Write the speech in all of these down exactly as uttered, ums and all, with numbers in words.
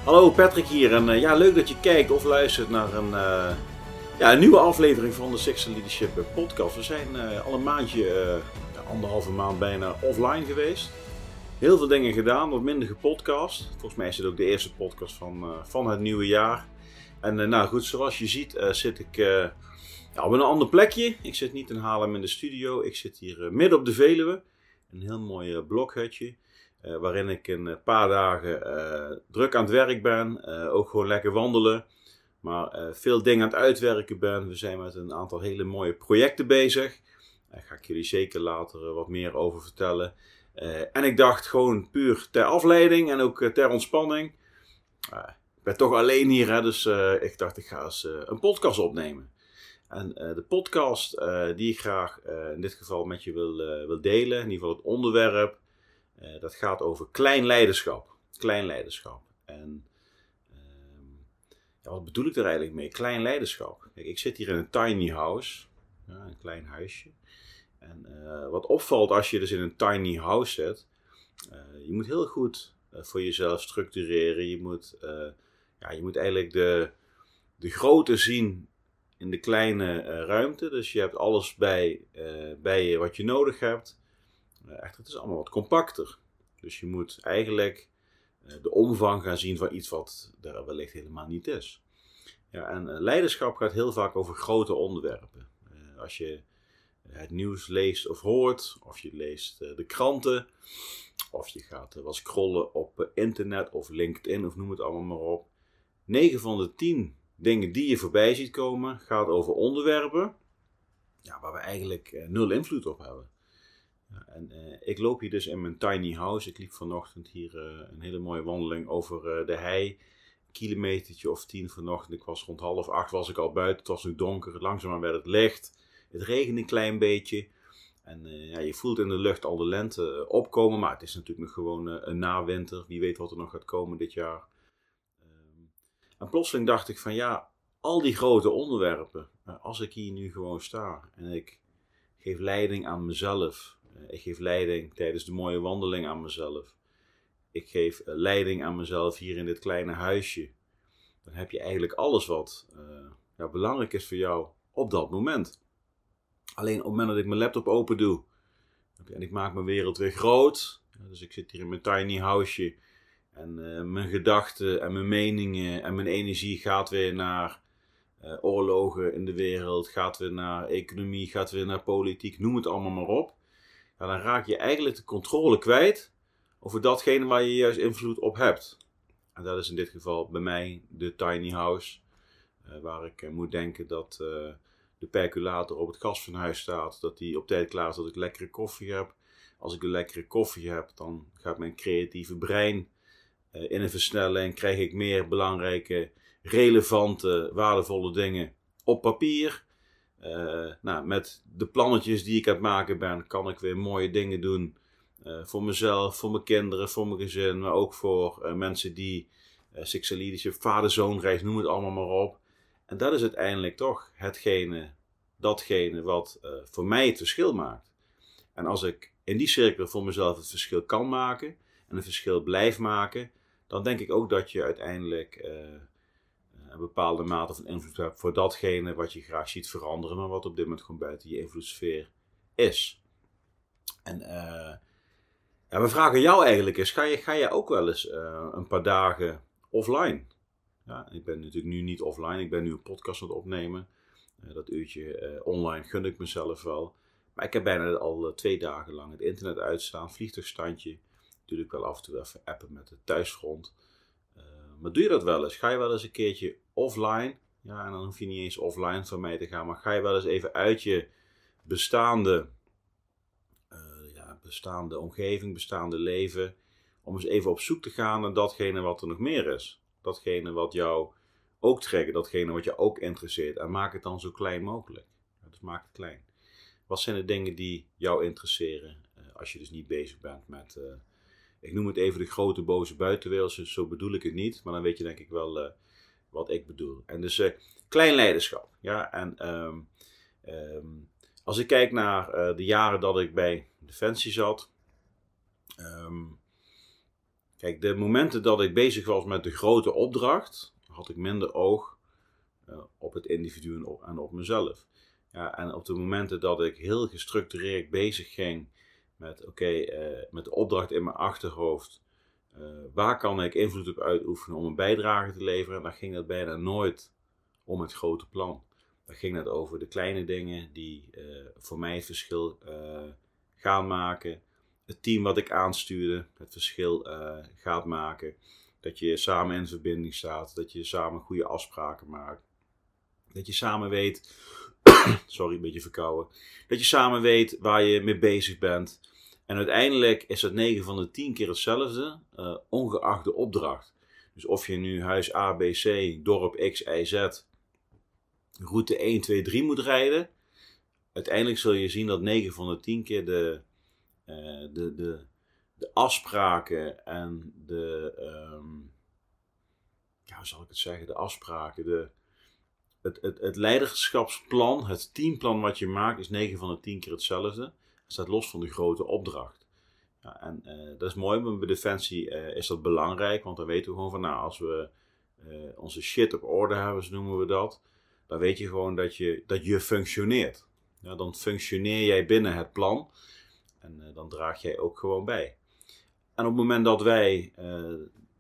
Hallo Patrick hier en uh, ja, leuk dat je kijkt of luistert naar een, uh, ja, een nieuwe aflevering van de Sixer Leadership podcast. We zijn uh, al een maandje, uh, anderhalve maand bijna offline geweest. Heel veel dingen gedaan, wat minder gepodcast. Volgens mij is dit ook de eerste podcast van, uh, van het nieuwe jaar. En uh, nou goed, zoals je ziet uh, zit ik uh, ja, op een ander plekje. Ik zit niet in Haarlem in de studio, ik zit hier uh, midden op de Veluwe. Een heel mooi uh, blokhutje. Uh, waarin ik een paar dagen uh, druk aan het werk ben. Uh, ook gewoon lekker wandelen. Maar uh, veel dingen aan het uitwerken ben. We zijn met een aantal hele mooie projecten bezig. Daar ga ik jullie zeker later uh, wat meer over vertellen. Uh, en ik dacht gewoon puur ter afleiding en ook uh, ter ontspanning. Uh, ik ben toch alleen hier, hè, dus uh, ik dacht ik ga eens uh, een podcast opnemen. En uh, de podcast uh, die ik graag uh, in dit geval met je wil, uh, wil delen. In ieder geval het onderwerp. Uh, dat gaat over klein leiderschap. Klein leiderschap. En uh, ja, wat bedoel ik er eigenlijk mee? Klein leiderschap. Kijk, ik zit hier in een tiny house. Ja, een klein huisje. En uh, wat opvalt als je dus in een tiny house zit. Uh, je moet heel goed uh, voor jezelf structureren. Je moet, uh, ja, je moet eigenlijk de, de grootte zien in de kleine uh, ruimte. Dus je hebt alles bij, uh, bij je wat je nodig hebt. Uh, echt, het is allemaal wat compacter. Dus je moet eigenlijk uh, de omvang gaan zien van iets wat er wellicht helemaal niet is. Ja, en uh, leiderschap gaat heel vaak over grote onderwerpen. Uh, als je het nieuws leest of hoort, of je leest uh, de kranten, of je gaat uh, wat scrollen op uh, internet of LinkedIn of noem het allemaal maar op. negen van de tien dingen die je voorbij ziet komen, gaat over onderwerpen ja, waar we eigenlijk uh, nul invloed op hebben. Ja, en uh, ik loop hier dus in mijn tiny house. Ik liep vanochtend hier uh, een hele mooie wandeling over uh, de hei. Een kilometertje of tien vanochtend. Ik was rond half acht was ik al buiten. Het was nog donker. Langzaamaan werd het licht. Het regende een klein beetje. En uh, ja, je voelt in de lucht al de lente uh, opkomen. Maar het is natuurlijk nog gewoon uh, een nawinter. Wie weet wat er nog gaat komen dit jaar. Um, en plotseling dacht ik van ja, al die grote onderwerpen. Uh, als ik hier nu gewoon sta en ik geef leiding aan mezelf. Ik geef leiding tijdens de mooie wandeling aan mezelf. Ik geef leiding aan mezelf hier in dit kleine huisje. Dan heb je eigenlijk alles wat uh, ja, belangrijk is voor jou op dat moment. Alleen op het moment dat ik mijn laptop open doe. En ik maak mijn wereld weer groot. Dus ik zit hier in mijn tiny houseje. En uh, mijn gedachten en mijn meningen en mijn energie gaat weer naar uh, oorlogen in de wereld. Gaat weer naar economie, gaat weer naar politiek. Noem het allemaal maar op. Ja, dan raak je eigenlijk de controle kwijt over datgene waar je juist invloed op hebt. En dat is in dit geval bij mij de tiny house. Uh, waar ik uh, moet denken dat uh, de percolator op het gas van huis staat. Dat die op tijd klaar is dat ik lekkere koffie heb. Als ik een lekkere koffie heb, dan gaat mijn creatieve brein uh, in een versnelling. Krijg ik meer belangrijke, relevante, waardevolle dingen op papier. Uh, nou, met de plannetjes die ik aan het maken ben, kan ik weer mooie dingen doen. Uh, voor mezelf, voor mijn kinderen, voor mijn gezin. Maar ook voor uh, mensen die uh, Sixer Leadership, vader-zoonreis, noem het allemaal maar op. En dat is uiteindelijk toch hetgene, datgene wat uh, voor mij het verschil maakt. En als ik in die cirkel voor mezelf het verschil kan maken en een verschil blijf maken, dan denk ik ook dat je uiteindelijk Uh, een bepaalde mate van invloed hebt voor datgene wat je graag ziet veranderen, maar wat op dit moment gewoon buiten je invloedssfeer is. En uh, ja, mijn vraag aan jou eigenlijk is, ga je, ga je ook wel eens uh, een paar dagen offline? Ja, ik ben natuurlijk nu niet offline, ik ben nu een podcast aan het opnemen. Uh, dat uurtje uh, online gun ik mezelf wel. Maar ik heb bijna al uh, twee dagen lang het internet uitstaan, vliegtuigstandje. Natuurlijk wel af en toe even appen met het thuisfront. Uh, maar doe je dat wel eens? Ga je wel eens een keertje offline? Ja, en dan hoef je niet eens offline van mij te gaan. Maar ga je wel eens even uit je bestaande, uh, ja, bestaande omgeving, bestaande leven. Om eens even op zoek te gaan naar datgene wat er nog meer is. Datgene wat jou ook trekt. Datgene wat je ook interesseert. En maak het dan zo klein mogelijk. Dus maak het klein. Wat zijn de dingen die jou interesseren? Uh, als je dus niet bezig bent met Uh, Ik noem het even de grote boze buitenwereld, zo bedoel ik het niet, maar dan weet je denk ik wel uh, wat ik bedoel. En dus uh, klein leiderschap. Ja? En um, um, als ik kijk naar uh, de jaren dat ik bij Defensie zat, um, Kijk, de momenten dat ik bezig was met de grote opdracht, had ik minder oog uh, op het individu en op, en op mezelf. Ja, en op de momenten dat ik heel gestructureerd bezig ging met, oké, okay, uh, met de opdracht in mijn achterhoofd, uh, waar kan ik invloed op uitoefenen om een bijdrage te leveren, dan ging het bijna nooit om het grote plan. Dan ging het over de kleine dingen die uh, voor mij het verschil uh, gaan maken. Het team wat ik aanstuurde het verschil uh, gaat maken. Dat je samen in verbinding staat. Dat je samen goede afspraken maakt. Dat je samen weet... Sorry, een beetje verkouden. Dat je samen weet waar je mee bezig bent. En uiteindelijk is het negen van de tien keer hetzelfde. Uh, ongeacht de opdracht. Dus of je nu huis A, B, C, dorp X, Y, Z... route één, twee, drie moet rijden. Uiteindelijk zul je zien dat negen van de tien keer de... Uh, de, de, de afspraken en de, um, ja, hoe zal ik het zeggen, de afspraken, de, het, het, het leiderschapsplan, het teamplan wat je maakt is negen van de tien keer hetzelfde. Het staat los van de grote opdracht. Ja, en uh, dat is mooi, maar bij Defensie uh, is dat belangrijk, want dan weten we gewoon van, nou, als we uh, onze shit op orde hebben, zo noemen we dat, dan weet je gewoon dat je, dat je functioneert. Ja, dan functioneer jij binnen het plan. En uh, dan draag jij ook gewoon bij. En op het moment dat wij uh,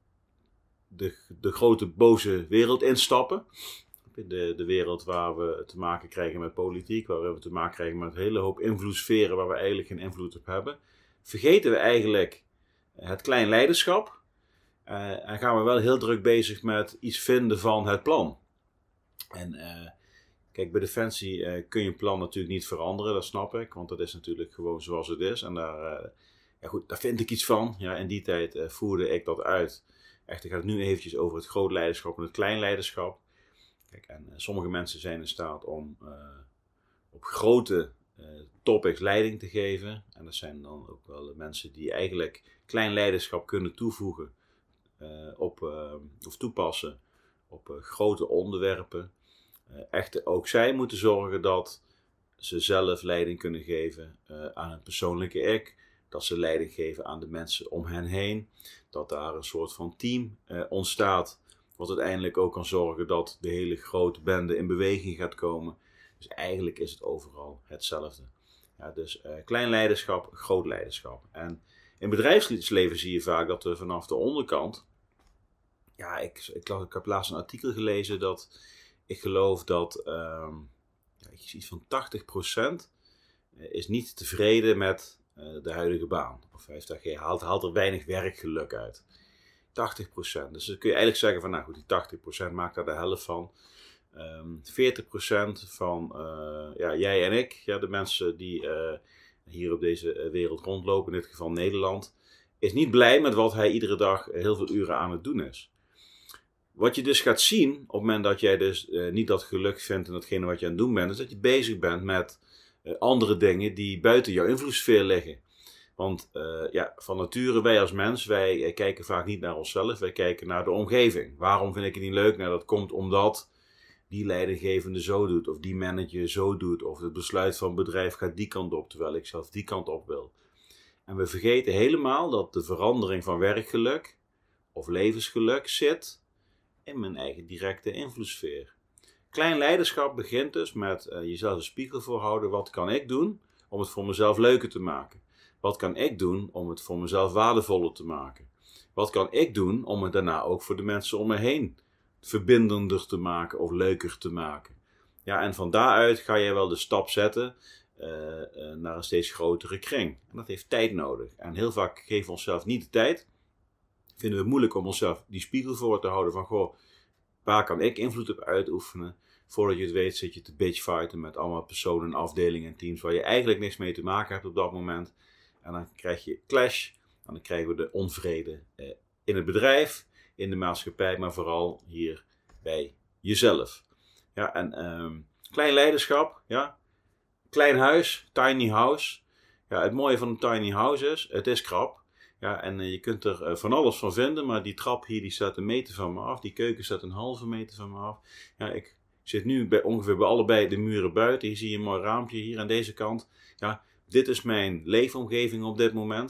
de, de grote boze wereld instappen. De, de wereld waar we te maken krijgen met politiek. Waar we te maken krijgen met een hele hoop invloedssferen waar we eigenlijk geen invloed op hebben. Vergeten we eigenlijk het klein leiderschap. Uh, en gaan we wel heel druk bezig met iets vinden van het plan. En... Uh, Kijk, bij Defensie uh, kun je een plan natuurlijk niet veranderen, dat snap ik. Want dat is natuurlijk gewoon zoals het is. En daar, uh, ja goed, daar vind ik iets van. Ja, in die tijd uh, voerde ik dat uit. Echt, ik ga het nu eventjes over het groot leiderschap en het klein leiderschap. Kijk, en uh, sommige mensen zijn in staat om uh, op grote uh, topics leiding te geven. En dat zijn dan ook wel de mensen die eigenlijk klein leiderschap kunnen toevoegen. Uh, op, uh, of toepassen op uh, grote onderwerpen. Uh, echt, ook zij moeten zorgen dat ze zelf leiding kunnen geven uh, aan een persoonlijke ik. Dat ze leiding geven aan de mensen om hen heen. Dat daar een soort van team uh, ontstaat. Wat uiteindelijk ook kan zorgen dat de hele grote bende in beweging gaat komen. Dus eigenlijk is het overal hetzelfde. Ja, dus uh, klein leiderschap, groot leiderschap. En in bedrijfsleven zie je vaak dat we vanaf de onderkant... Ja, ik, ik, ik heb laatst een artikel gelezen dat... Ik geloof dat um, ja, iets van tachtig procent is niet tevreden met uh, de huidige baan. Of heeft daar geen, haalt, haalt er weinig werkgeluk uit. tachtig procent. Dus dan kun je eigenlijk zeggen van, nou goed, die tachtig procent maakt daar de helft van. Um, veertig procent van uh, ja, jij en ik, ja, de mensen die uh, hier op deze wereld rondlopen, in dit geval Nederland, is niet blij met wat hij iedere dag heel veel uren aan het doen is. Wat je dus gaat zien, op het moment dat jij dus uh, niet dat geluk vindt in datgene wat je aan het doen bent, is dat je bezig bent met uh, andere dingen die buiten jouw invloedssfeer liggen. Want uh, ja, van nature, wij als mens, wij uh, kijken vaak niet naar onszelf, wij kijken naar de omgeving. Waarom vind ik het niet leuk? Nou, dat komt omdat die leidinggevende zo doet, of die manager zo doet, of het besluit van het bedrijf gaat die kant op, terwijl ik zelf die kant op wil. En we vergeten helemaal dat de verandering van werkgeluk of levensgeluk zit in mijn eigen directe invloedssfeer. Klein leiderschap begint dus met uh, jezelf een spiegel voorhouden. Wat kan ik doen om het voor mezelf leuker te maken? Wat kan ik doen om het voor mezelf waardevoller te maken? Wat kan ik doen om het daarna ook voor de mensen om me heen verbindender te maken of leuker te maken? Ja, en van daaruit ga je wel de stap zetten uh, uh, naar een steeds grotere kring. En dat heeft tijd nodig. En heel vaak geven we onszelf niet de tijd. Vinden we het moeilijk om onszelf die spiegel voor te houden van, goh, waar kan ik invloed op uitoefenen? Voordat je het weet zit je te bitchfighten met allemaal personen, afdelingen en teams waar je eigenlijk niks mee te maken hebt op dat moment. En dan krijg je clash en dan krijgen we de onvrede eh, in het bedrijf, in de maatschappij, maar vooral hier bij jezelf. Ja, en um, klein leiderschap, ja, klein huis, tiny house. Ja, het mooie van een tiny house is, het is krap. Ja, en uh, je kunt er uh, van alles van vinden, maar die trap hier die staat een meter van me af. Die keuken staat een halve meter van me af. Ja, ik zit nu bij, ongeveer bij allebei de muren buiten. Hier zie je een mooi raampje hier aan deze kant. Ja, dit is mijn leefomgeving op dit moment.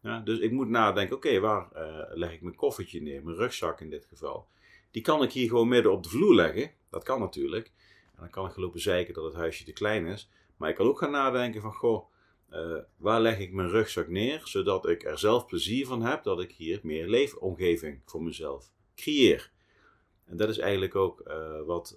Ja, dus ik moet nadenken, oké, okay, waar uh, leg ik mijn koffertje neer, mijn rugzak in dit geval. Die kan ik hier gewoon midden op de vloer leggen. Dat kan natuurlijk. En dan kan ik gelopen zeiken dat het huisje te klein is. Maar ik kan ook gaan nadenken van, goh, uh, waar leg ik mijn rugzak neer, zodat ik er zelf plezier van heb, dat ik hier meer leefomgeving voor mezelf creëer. En dat is eigenlijk ook uh, wat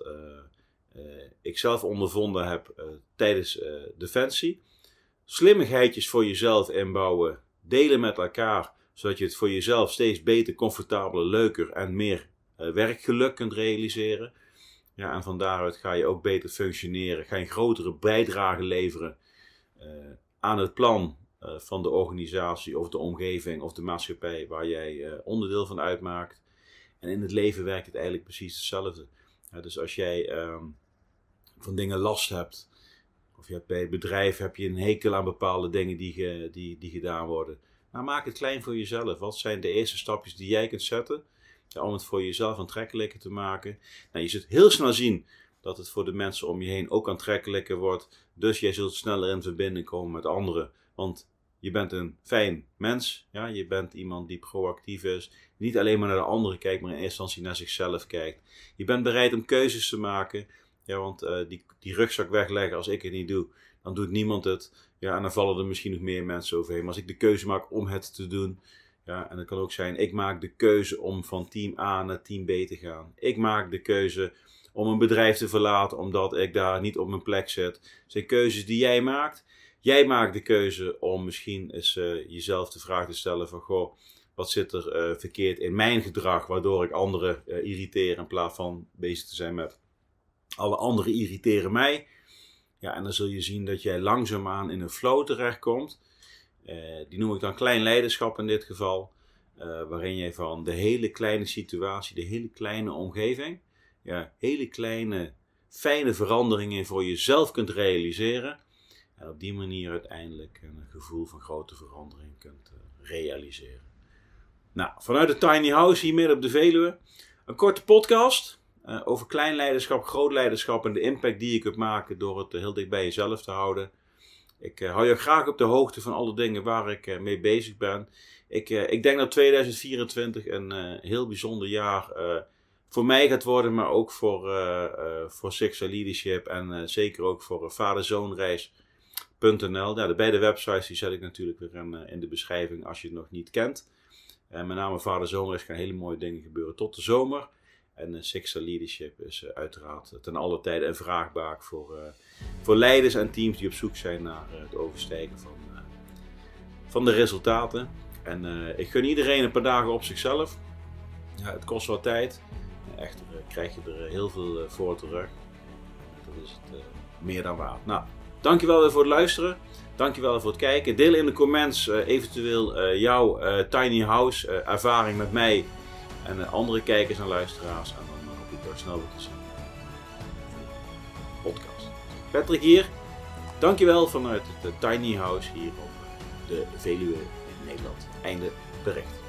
uh, uh, ik zelf ondervonden heb uh, tijdens uh, Defensie. Slimmigheidjes voor jezelf inbouwen, delen met elkaar, zodat je het voor jezelf steeds beter, comfortabeler, leuker en meer uh, werkgeluk kunt realiseren. Ja, en van daaruit ga je ook beter functioneren, ga je een grotere bijdrage leveren uh, aan het plan uh, van de organisatie of de omgeving of de maatschappij waar jij uh, onderdeel van uitmaakt. En in het leven werkt het eigenlijk precies hetzelfde. Ja, dus als jij um, van dingen last hebt, of je hebt bij het bedrijf heb je een hekel aan bepaalde dingen die, ge, die, die gedaan worden. Nou, maak het klein voor jezelf. Wat zijn de eerste stapjes die jij kunt zetten ja, om het voor jezelf aantrekkelijker te maken? Nou, je zult heel snel zien dat het voor de mensen om je heen ook aantrekkelijker wordt. Dus jij zult sneller in verbinding komen met anderen. Want je bent een fijn mens. Ja? Je bent iemand die proactief is. Niet alleen maar naar de anderen kijkt, maar in eerste instantie naar zichzelf kijkt. Je bent bereid om keuzes te maken. Ja, want uh, die, die rugzak wegleggen, als ik het niet doe, dan doet niemand het. Ja, en dan vallen er misschien nog meer mensen overheen. Maar als ik de keuze maak om het te doen, ja, en dat kan ook zijn, ik maak de keuze om van team A naar team B te gaan. Ik maak de keuze om een bedrijf te verlaten, omdat ik daar niet op mijn plek zit. Dat zijn keuzes die jij maakt. Jij maakt de keuze om misschien eens uh, jezelf de vraag te stellen van, goh, wat zit er uh, verkeerd in mijn gedrag, waardoor ik anderen uh, irriteer in plaats van bezig te zijn met alle anderen irriteren mij. Ja, en dan zul je zien dat jij langzaamaan in een flow terechtkomt. Uh, die noem ik dan klein leiderschap in dit geval. Uh, waarin jij van de hele kleine situatie, de hele kleine omgeving, ja, hele kleine, fijne veranderingen voor jezelf kunt realiseren. En op die manier uiteindelijk een gevoel van grote verandering kunt uh, realiseren. Nou, vanuit de Tiny House hier midden op de Veluwe. Een korte podcast. Uh, over klein leiderschap, groot leiderschap en de impact die je kunt maken door het uh, heel dicht bij jezelf te houden. Ik uh, hou je graag op de hoogte van alle dingen waar ik uh, mee bezig ben. Ik, uh, ik denk dat tweeduizend vierentwintig een uh, heel bijzonder jaar uh, voor mij gaat worden, maar ook voor, uh, uh, voor Sixer Leadership en uh, zeker ook voor uh, vader-zoonreis punt n l. Ja, de beide websites die zet ik natuurlijk weer in, uh, in de beschrijving als je het nog niet kent. Uh, met name vader-zoonreis gaan hele mooie dingen gebeuren tot de zomer. En uh, Sixer Leadership is uh, uiteraard ten alle tijde een vraagbaak voor, uh, voor leiders en teams die op zoek zijn naar uh, het overstijgen van, uh, van de resultaten. En uh, ik gun iedereen een paar dagen op zichzelf. Ja, het kost wat tijd. Uh, echter uh, krijg je er uh, heel veel uh, voor terug. Dat is het uh, meer dan waard. Nou, dankjewel weer voor het luisteren. Dankjewel voor het kijken. Deel in de comments uh, eventueel uh, jouw uh, Tiny House uh, ervaring met mij. En uh, andere kijkers en luisteraars. En dan hoop ik daar snel weer te zien. Podcast. Patrick hier. Dankjewel vanuit de Tiny House hier op de Veluwe in Nederland. Einde bericht.